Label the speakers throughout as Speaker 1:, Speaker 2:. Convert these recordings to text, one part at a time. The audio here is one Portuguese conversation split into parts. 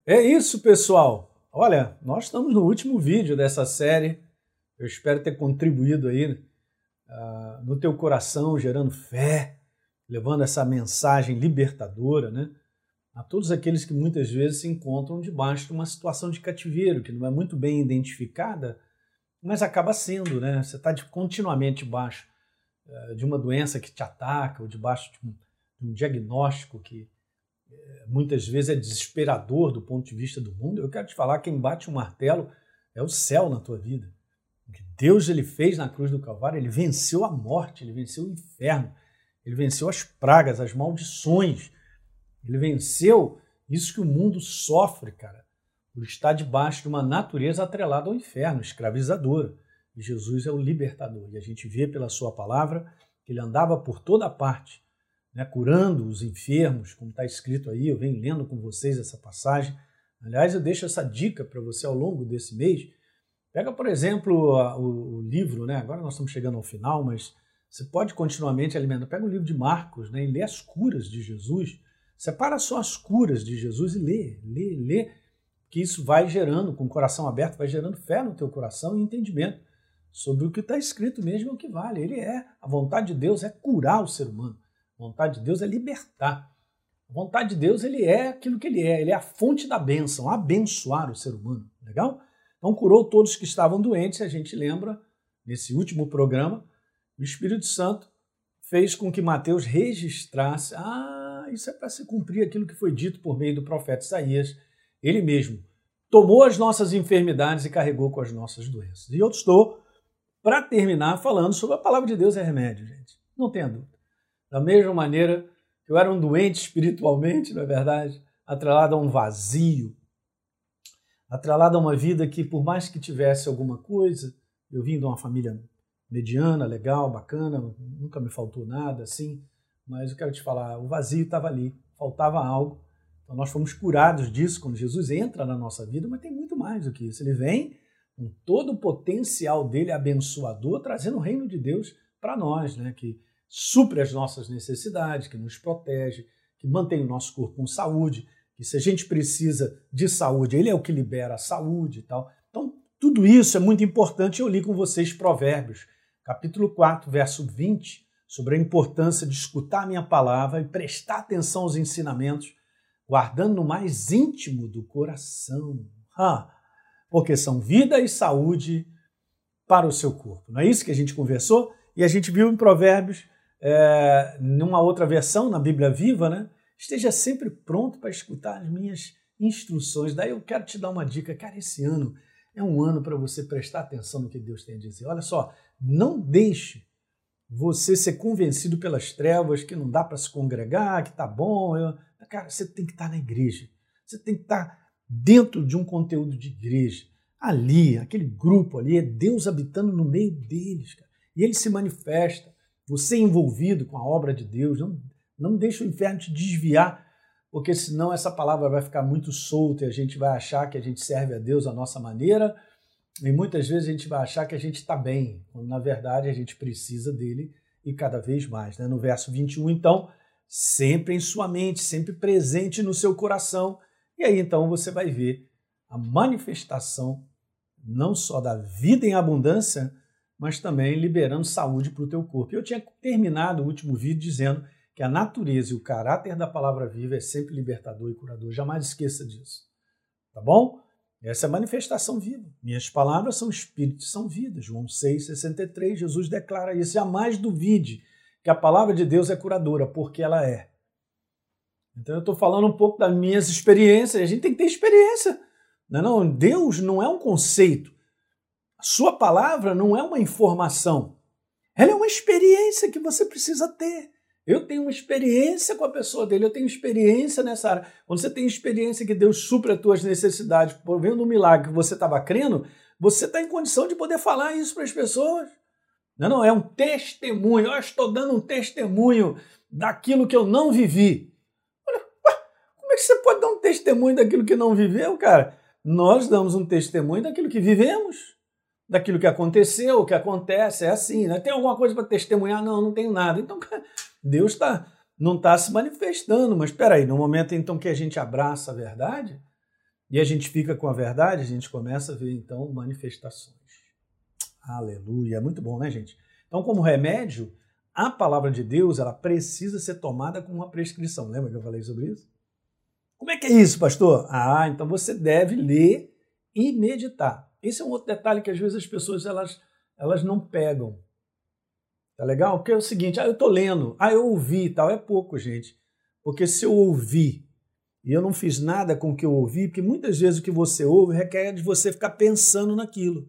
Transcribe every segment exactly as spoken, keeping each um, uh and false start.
Speaker 1: É isso, pessoal. Olha, nós estamos no último vídeo dessa série. Eu espero ter contribuído aí uh, no teu coração, gerando fé, levando essa mensagem libertadora, né? A todos aqueles que muitas vezes se encontram debaixo de uma situação de cativeiro, que não é muito bem identificada, mas acaba sendo, né? Você está continuamente debaixo uh, de uma doença que te ataca, ou debaixo de um, de um diagnóstico que muitas vezes é desesperador do ponto de vista do mundo. Eu quero te falar, quem bate um martelo é o céu na tua vida. O que Deus ele fez na cruz do Calvário, ele venceu a morte, ele venceu o inferno, ele venceu as pragas, as maldições, ele venceu isso que o mundo sofre, cara, por estar debaixo de uma natureza atrelada ao inferno, escravizadora. E Jesus é o libertador. E a gente vê pela sua palavra que ele andava por toda parte, né, curando os enfermos, como está escrito aí. Eu venho lendo com vocês essa passagem. Aliás, eu deixo essa dica para você ao longo desse mês. Pega, por exemplo, o, o livro, né? Agora nós estamos chegando ao final, mas você pode continuamente alimentar. Pega o livro de Marcos, né, e lê as curas de Jesus. Separa só as curas de Jesus e lê, lê, lê, que isso vai gerando, com o coração aberto, vai gerando fé no teu coração e entendimento sobre o que está escrito mesmo, é o que vale. Ele é, a vontade de Deus é curar o ser humano. A vontade de Deus é libertar. A vontade de Deus ele é aquilo que ele é. Ele é a fonte da bênção, abençoar o ser humano. Legal? Então curou todos que estavam doentes. A gente lembra, nesse último programa, o Espírito Santo fez com que Mateus registrasse. Ah, isso é para se cumprir aquilo que foi dito por meio do profeta Isaías. Ele mesmo tomou as nossas enfermidades e carregou com as nossas doenças. E eu estou, para terminar, falando sobre a palavra de Deus é remédio, gente. Não tenha dúvida. Da mesma maneira que eu era um doente espiritualmente, não é verdade? Atrelado a um vazio, atrelado a uma vida que, por mais que tivesse alguma coisa, eu vim de uma família mediana, legal, bacana, nunca me faltou nada, assim, mas eu quero te falar, o vazio estava ali, faltava algo. Então nós fomos curados disso quando Jesus entra na nossa vida, mas tem muito mais do que isso. Ele vem com todo o potencial dele abençoador, trazendo o reino de Deus para nós, né? Que supre as nossas necessidades, que nos protege, que mantém o nosso corpo com saúde, que se a gente precisa de saúde, ele é o que libera a saúde e tal. Então, tudo isso é muito importante. Eu li com vocês Provérbios, capítulo quatro, verso vinte, sobre a importância de escutar a minha palavra e prestar atenção aos ensinamentos, guardando no mais íntimo do coração. Ah, porque são vida e saúde para o seu corpo. Não é isso que a gente conversou? E a gente viu em Provérbios, É, numa outra versão, na Bíblia Viva, né? Esteja sempre pronto para escutar as minhas instruções. Daí eu quero te dar uma dica. Cara, esse ano é um ano para você prestar atenção no que Deus tem a dizer. Olha só, não deixe você ser convencido pelas trevas que não dá para se congregar, que tá bom. Eu... Cara, você tem que estar na igreja. Você tem que estar dentro de um conteúdo de igreja. Ali, aquele grupo ali, é Deus habitando no meio deles, cara. E ele se manifesta. Você envolvido com a obra de Deus, não, não deixa o inferno te desviar, porque senão essa palavra vai ficar muito solta e a gente vai achar que a gente serve a Deus à nossa maneira e muitas vezes a gente vai achar que a gente está bem, quando na verdade a gente precisa dele e cada vez mais. Né? No verso vinte e um, então, sempre em sua mente, sempre presente no seu coração, e aí então você vai ver a manifestação não só da vida em abundância, mas também liberando saúde para o teu corpo. Eu tinha terminado o último vídeo dizendo que a natureza e o caráter da palavra viva é sempre libertador e curador. Jamais esqueça disso. Tá bom? Essa é a manifestação viva. Minhas palavras são espírito e são vida. João seis, sessenta e três, Jesus declara isso. Jamais duvide que a palavra de Deus é curadora, porque ela é. Então eu estou falando um pouco das minhas experiências. A gente tem que ter experiência. Não, não, Deus não é um conceito. A sua palavra não é uma informação, ela é uma experiência que você precisa ter. Eu tenho uma experiência com a pessoa dele, eu tenho experiência nessa área. Quando você tem experiência que Deus supre as tuas necessidades, por vendo um milagre que você estava crendo, você está em condição de poder falar isso para as pessoas. Não, não, é um testemunho. Eu estou dando um testemunho daquilo que eu não vivi. Olha, como é que você pode dar um testemunho daquilo que não viveu, cara? Nós damos um testemunho daquilo que vivemos. Daquilo que aconteceu, o que acontece, é assim, né? Tem alguma coisa para testemunhar? Não, não tenho nada. Então, Deus tá, não está se manifestando, mas espera aí, no momento então que a gente abraça a verdade, e a gente fica com a verdade, a gente começa a ver, então, manifestações. Aleluia. É muito bom, né, gente? Então, como remédio, a palavra de Deus, ela precisa ser tomada com uma prescrição. Lembra que eu falei sobre isso? Como é que é isso, pastor? Ah, então você deve ler e meditar. Esse é um outro detalhe que às vezes as pessoas elas, elas não pegam. Tá legal? Porque é o seguinte, ah, eu tô lendo, ah, eu ouvi e tal. É pouco, gente. Porque se eu ouvi e eu não fiz nada com o que eu ouvi, porque muitas vezes o que você ouve requer de você ficar pensando naquilo.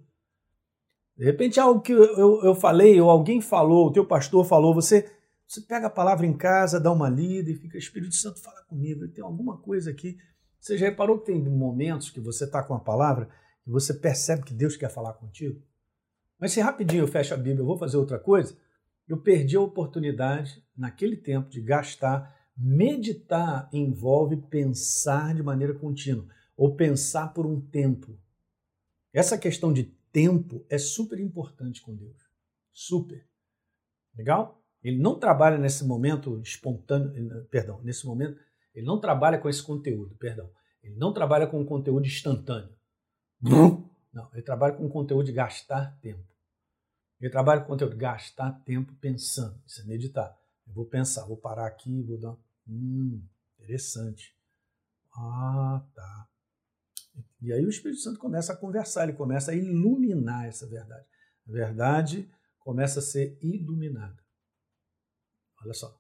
Speaker 1: De repente, algo que eu, eu, eu falei, ou alguém falou, o teu pastor falou, você, você pega a palavra em casa, dá uma lida e fica, Espírito Santo, fala comigo, tem alguma coisa aqui. Você já reparou que tem momentos que você está com a palavra e você percebe que Deus quer falar contigo? Mas se rapidinho eu fecho a Bíblia, eu vou fazer outra coisa, eu perdi a oportunidade, naquele tempo, de gastar. Meditar envolve pensar de maneira contínua, ou pensar por um tempo. Essa questão de tempo é super importante com Deus. Super. Legal? Ele não trabalha nesse momento espontâneo, perdão, nesse momento, ele não trabalha com esse conteúdo, perdão. Ele não trabalha com um conteúdo instantâneo. Não, ele trabalha com um conteúdo de gastar tempo. Ele trabalha com o conteúdo de gastar tempo pensando. Isso é meditar. Eu vou pensar, vou parar aqui, vou dar... Hum, interessante. Ah, tá. E aí o Espírito Santo começa a conversar, ele começa a iluminar essa verdade. A verdade começa a ser iluminada. Olha só.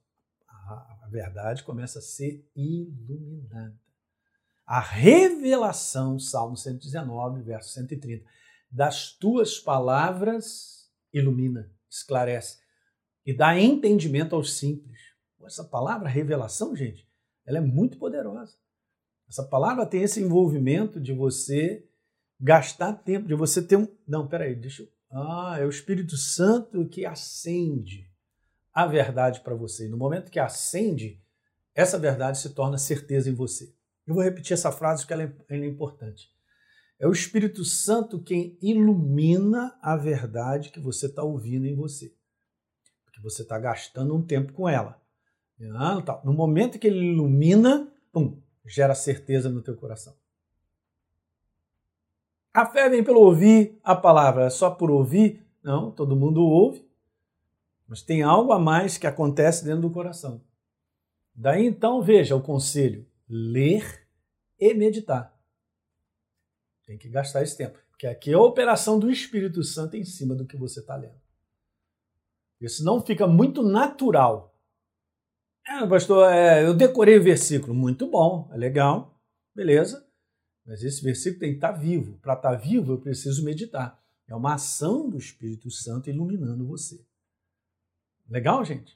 Speaker 1: A verdade começa a ser iluminada. A revelação, Salmo cento e dezenove, verso cento e trinta, das tuas palavras ilumina, esclarece e dá entendimento aos simples. Essa palavra revelação, gente, ela é muito poderosa. Essa palavra tem esse envolvimento de você gastar tempo, de você ter um... Não, peraí, deixa eu... Ah, é o Espírito Santo que acende a verdade para você. E no momento que acende, essa verdade se torna certeza em você. Eu vou repetir essa frase porque ela é, ela é importante. É o Espírito Santo quem ilumina a verdade que você está ouvindo em você. Porque você está gastando um tempo com ela. Ah, tá. No momento que ele ilumina, pum, gera certeza no teu coração. A fé vem pelo ouvir a palavra. É só por ouvir? Não, todo mundo ouve. Mas tem algo a mais que acontece dentro do coração. Daí então, veja o conselho. Ler e meditar. Tem que gastar esse tempo. Porque aqui é a operação do Espírito Santo em cima do que você está lendo. Isso não fica muito natural. Ah, pastor, é, eu decorei o versículo. Muito bom, é legal, beleza. Mas esse versículo tem que estar vivo. Para estar vivo, eu preciso meditar. É uma ação do Espírito Santo iluminando você. Legal, gente?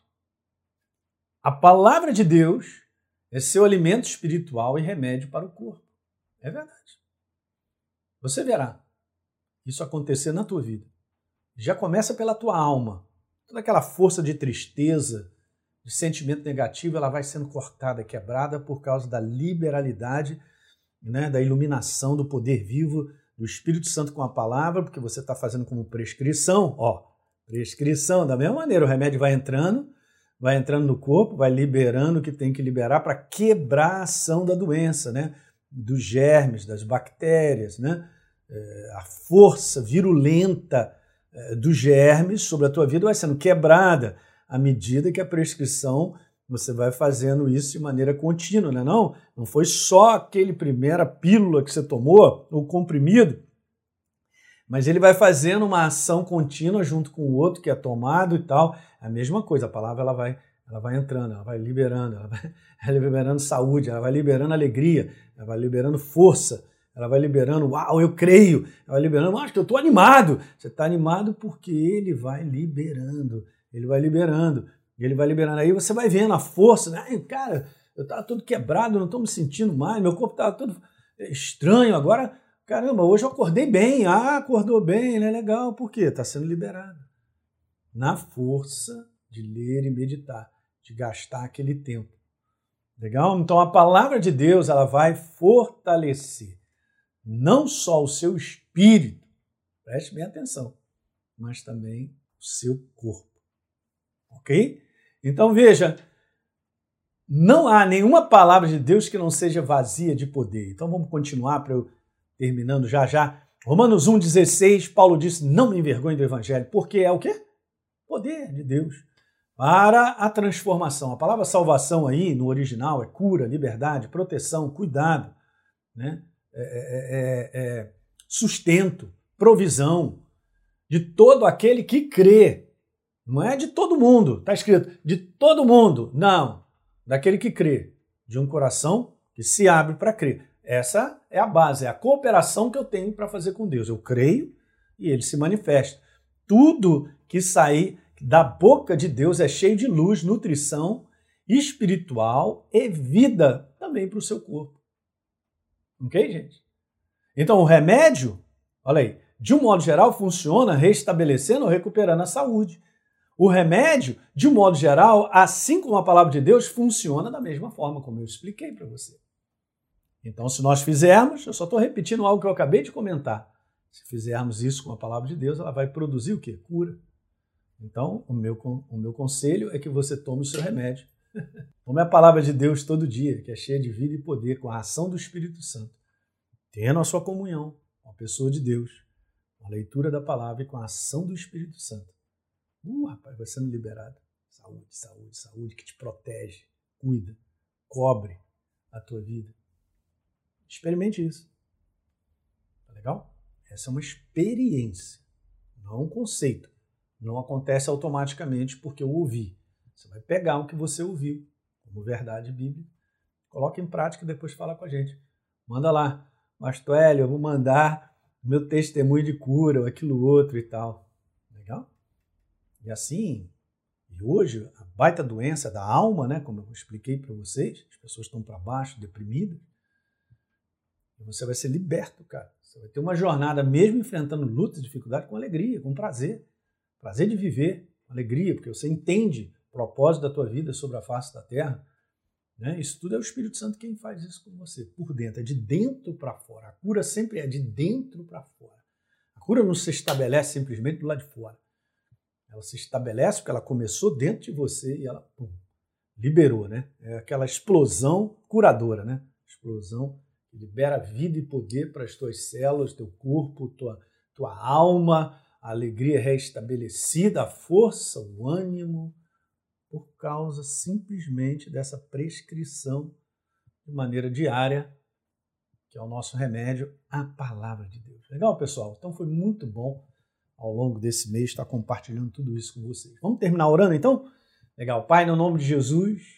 Speaker 1: A palavra de Deus é seu alimento espiritual e remédio para o corpo. É verdade. Você verá isso acontecer na tua vida. Já começa pela tua alma. Toda aquela força de tristeza, de sentimento negativo, ela vai sendo cortada, quebrada por causa da liberalidade, né, da iluminação do poder vivo do Espírito Santo com a palavra, porque você está fazendo como prescrição, ó, prescrição, da mesma maneira, o remédio vai entrando, vai entrando no corpo, vai liberando o que tem que liberar para quebrar a ação da doença, né, dos germes, das bactérias, né, a força virulenta dos germes sobre a tua vida vai sendo quebrada à medida que a prescrição você vai fazendo isso de maneira contínua, né? Não, não foi só aquele primeira pílula que você tomou, o comprimido, mas ele vai fazendo uma ação contínua junto com o outro que é tomado e tal. É a mesma coisa, a palavra ela vai, ela vai entrando, ela vai liberando, ela vai, ela vai liberando saúde, ela vai liberando alegria, ela vai liberando força, ela vai liberando, uau, eu creio, ela vai liberando, acho que eu estou animado. Você está animado porque ele vai liberando, ele vai liberando, ele vai liberando. Aí você vai vendo a força, né? Ai, cara, eu estava todo quebrado, não estou me sentindo mais, meu corpo estava todo estranho, agora, caramba, hoje eu acordei bem, ah, acordou bem, é legal, por quê? Está sendo liberado. Na força de ler e meditar, de gastar aquele tempo. Legal? Então a palavra de Deus, ela vai fortalecer não só o seu espírito, preste bem atenção, mas também o seu corpo. Ok? Então veja, não há nenhuma palavra de Deus que não seja vazia de poder. Então vamos continuar para eu terminando já já. Romanos um, dezesseis, Paulo disse, não me envergonhe do evangelho, porque é o quê? Poder de Deus para a transformação. A palavra salvação aí, no original, é cura, liberdade, proteção, cuidado, né? é, é, é, é sustento, provisão de todo aquele que crê. Não é de todo mundo, está escrito de todo mundo, não. Daquele que crê, de um coração que se abre para crer. Essa é a base, é a cooperação que eu tenho para fazer com Deus. Eu creio e ele se manifesta. Tudo que sair da boca de Deus é cheio de luz, nutrição espiritual e vida também para o seu corpo. Ok, gente? Então o remédio, olha aí, de um modo geral funciona restabelecendo ou recuperando a saúde. O remédio, de um modo geral, assim como a palavra de Deus, funciona da mesma forma, como eu expliquei para você. Então, se nós fizermos, eu só estou repetindo algo que eu acabei de comentar. Se fizermos isso com a palavra de Deus, ela vai produzir o quê? Cura. Então, o meu, o meu conselho é que você tome o seu remédio. Tome a palavra de Deus todo dia, que é cheia de vida e poder, com a ação do Espírito Santo. Tendo a sua comunhão com a pessoa de Deus, com a leitura da palavra e com a ação do Espírito Santo. Uh, rapaz, vai sendo liberado. Saúde, saúde, saúde, que te protege, cuida, cobre a tua vida. Experimente isso. Tá legal? Essa é uma experiência, não um conceito. Não acontece automaticamente porque eu ouvi. Você vai pegar o que você ouviu como verdade bíblica, coloca em prática e depois fala com a gente. Manda lá, Pastor Hélio, eu vou mandar meu testemunho de cura, ou aquilo outro e tal. Legal? E assim, e hoje, a baita doença da alma, né, como eu expliquei para vocês, as pessoas estão para baixo, deprimidas, e você vai ser liberto, cara. Você vai ter uma jornada, mesmo enfrentando lutas, dificuldades, com alegria, com prazer. Prazer de viver, alegria, porque você entende o propósito da tua vida sobre a face da terra. Né? Isso tudo é o Espírito Santo quem faz isso com você, por dentro, é de dentro para fora. A cura sempre é de dentro para fora. A cura não se estabelece simplesmente do lado de fora. Ela se estabelece porque ela começou dentro de você e ela pum, liberou, né? É aquela explosão curadora, né? Explosão que libera vida e poder para as tuas células, teu corpo, tua, tua alma, a alegria restabelecida, a força, o ânimo, por causa simplesmente dessa prescrição de maneira diária, que é o nosso remédio, a palavra de Deus. Legal, pessoal? Então foi muito bom ao longo desse mês estar compartilhando tudo isso com vocês. Vamos terminar orando, então? Legal. Pai, no nome de Jesus,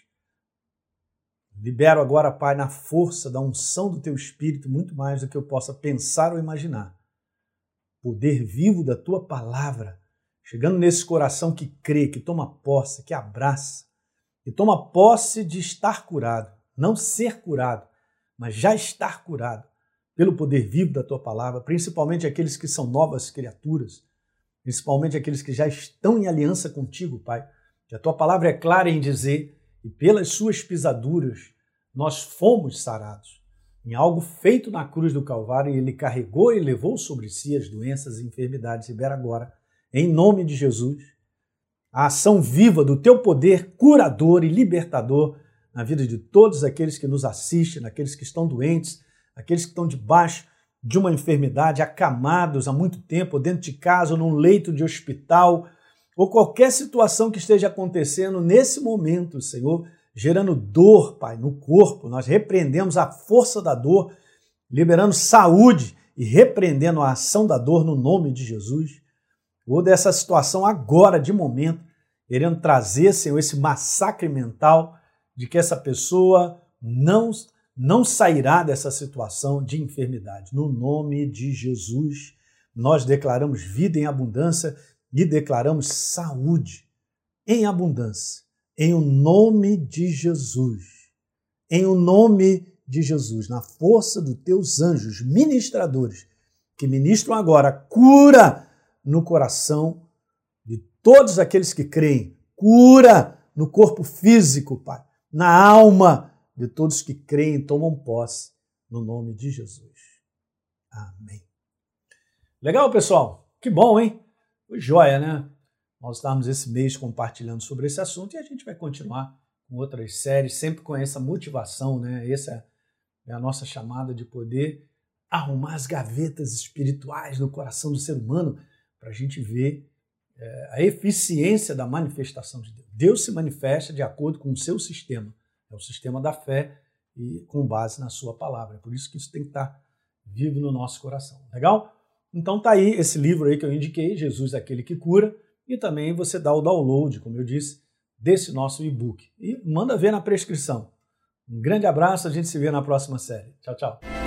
Speaker 1: libero agora, Pai, na força da unção do Teu Espírito, muito mais do que eu possa pensar ou imaginar. Poder vivo da Tua palavra, chegando nesse coração que crê, que toma posse, que abraça, que toma posse de estar curado, não ser curado, mas já estar curado pelo poder vivo da Tua palavra, principalmente aqueles que são novas criaturas, principalmente aqueles que já estão em aliança contigo, Pai. Que a Tua palavra é clara em dizer, e pelas Suas pisaduras nós fomos sarados. Em algo feito na cruz do Calvário, Ele carregou e levou sobre si as doenças e enfermidades. Libera agora, em nome de Jesus, a ação viva do Teu poder curador e libertador na vida de todos aqueles que nos assistem, naqueles que estão doentes, aqueles que estão debaixo de uma enfermidade, acamados há muito tempo, dentro de casa, ou num leito de hospital, ou qualquer situação que esteja acontecendo nesse momento, Senhor, gerando dor, Pai, no corpo. Nós repreendemos a força da dor, liberando saúde e repreendendo a ação da dor no nome de Jesus. Ou dessa situação agora, de momento, querendo trazer, Senhor, esse massacre mental de que essa pessoa não não sairá dessa situação de enfermidade. No nome de Jesus, nós declaramos vida em abundância e declaramos saúde em abundância. Em o nome de Jesus. Em o nome de Jesus, na força dos teus anjos ministradores, que ministram agora cura no coração de todos aqueles que creem, cura no corpo físico, Pai, na alma de todos que creem e tomam posse, no nome de Jesus. Amém. Legal, pessoal? Que bom, hein? Foi joia, né? Nós estamos esse mês compartilhando sobre esse assunto e a gente vai continuar com outras séries, sempre com essa motivação, né? Essa é a nossa chamada de poder arrumar as gavetas espirituais no coração do ser humano para a gente ver é, a eficiência da manifestação de Deus. Deus se manifesta de acordo com o seu sistema, é o sistema da fé e com base na sua palavra. É por isso que isso tem que estar vivo no nosso coração. Legal? Então tá aí esse livro aí que eu indiquei, Jesus é aquele que cura, e também você dá o download, como eu disse, desse nosso e-book. E manda ver na prescrição. Um grande abraço, a gente se vê na próxima série. Tchau, tchau.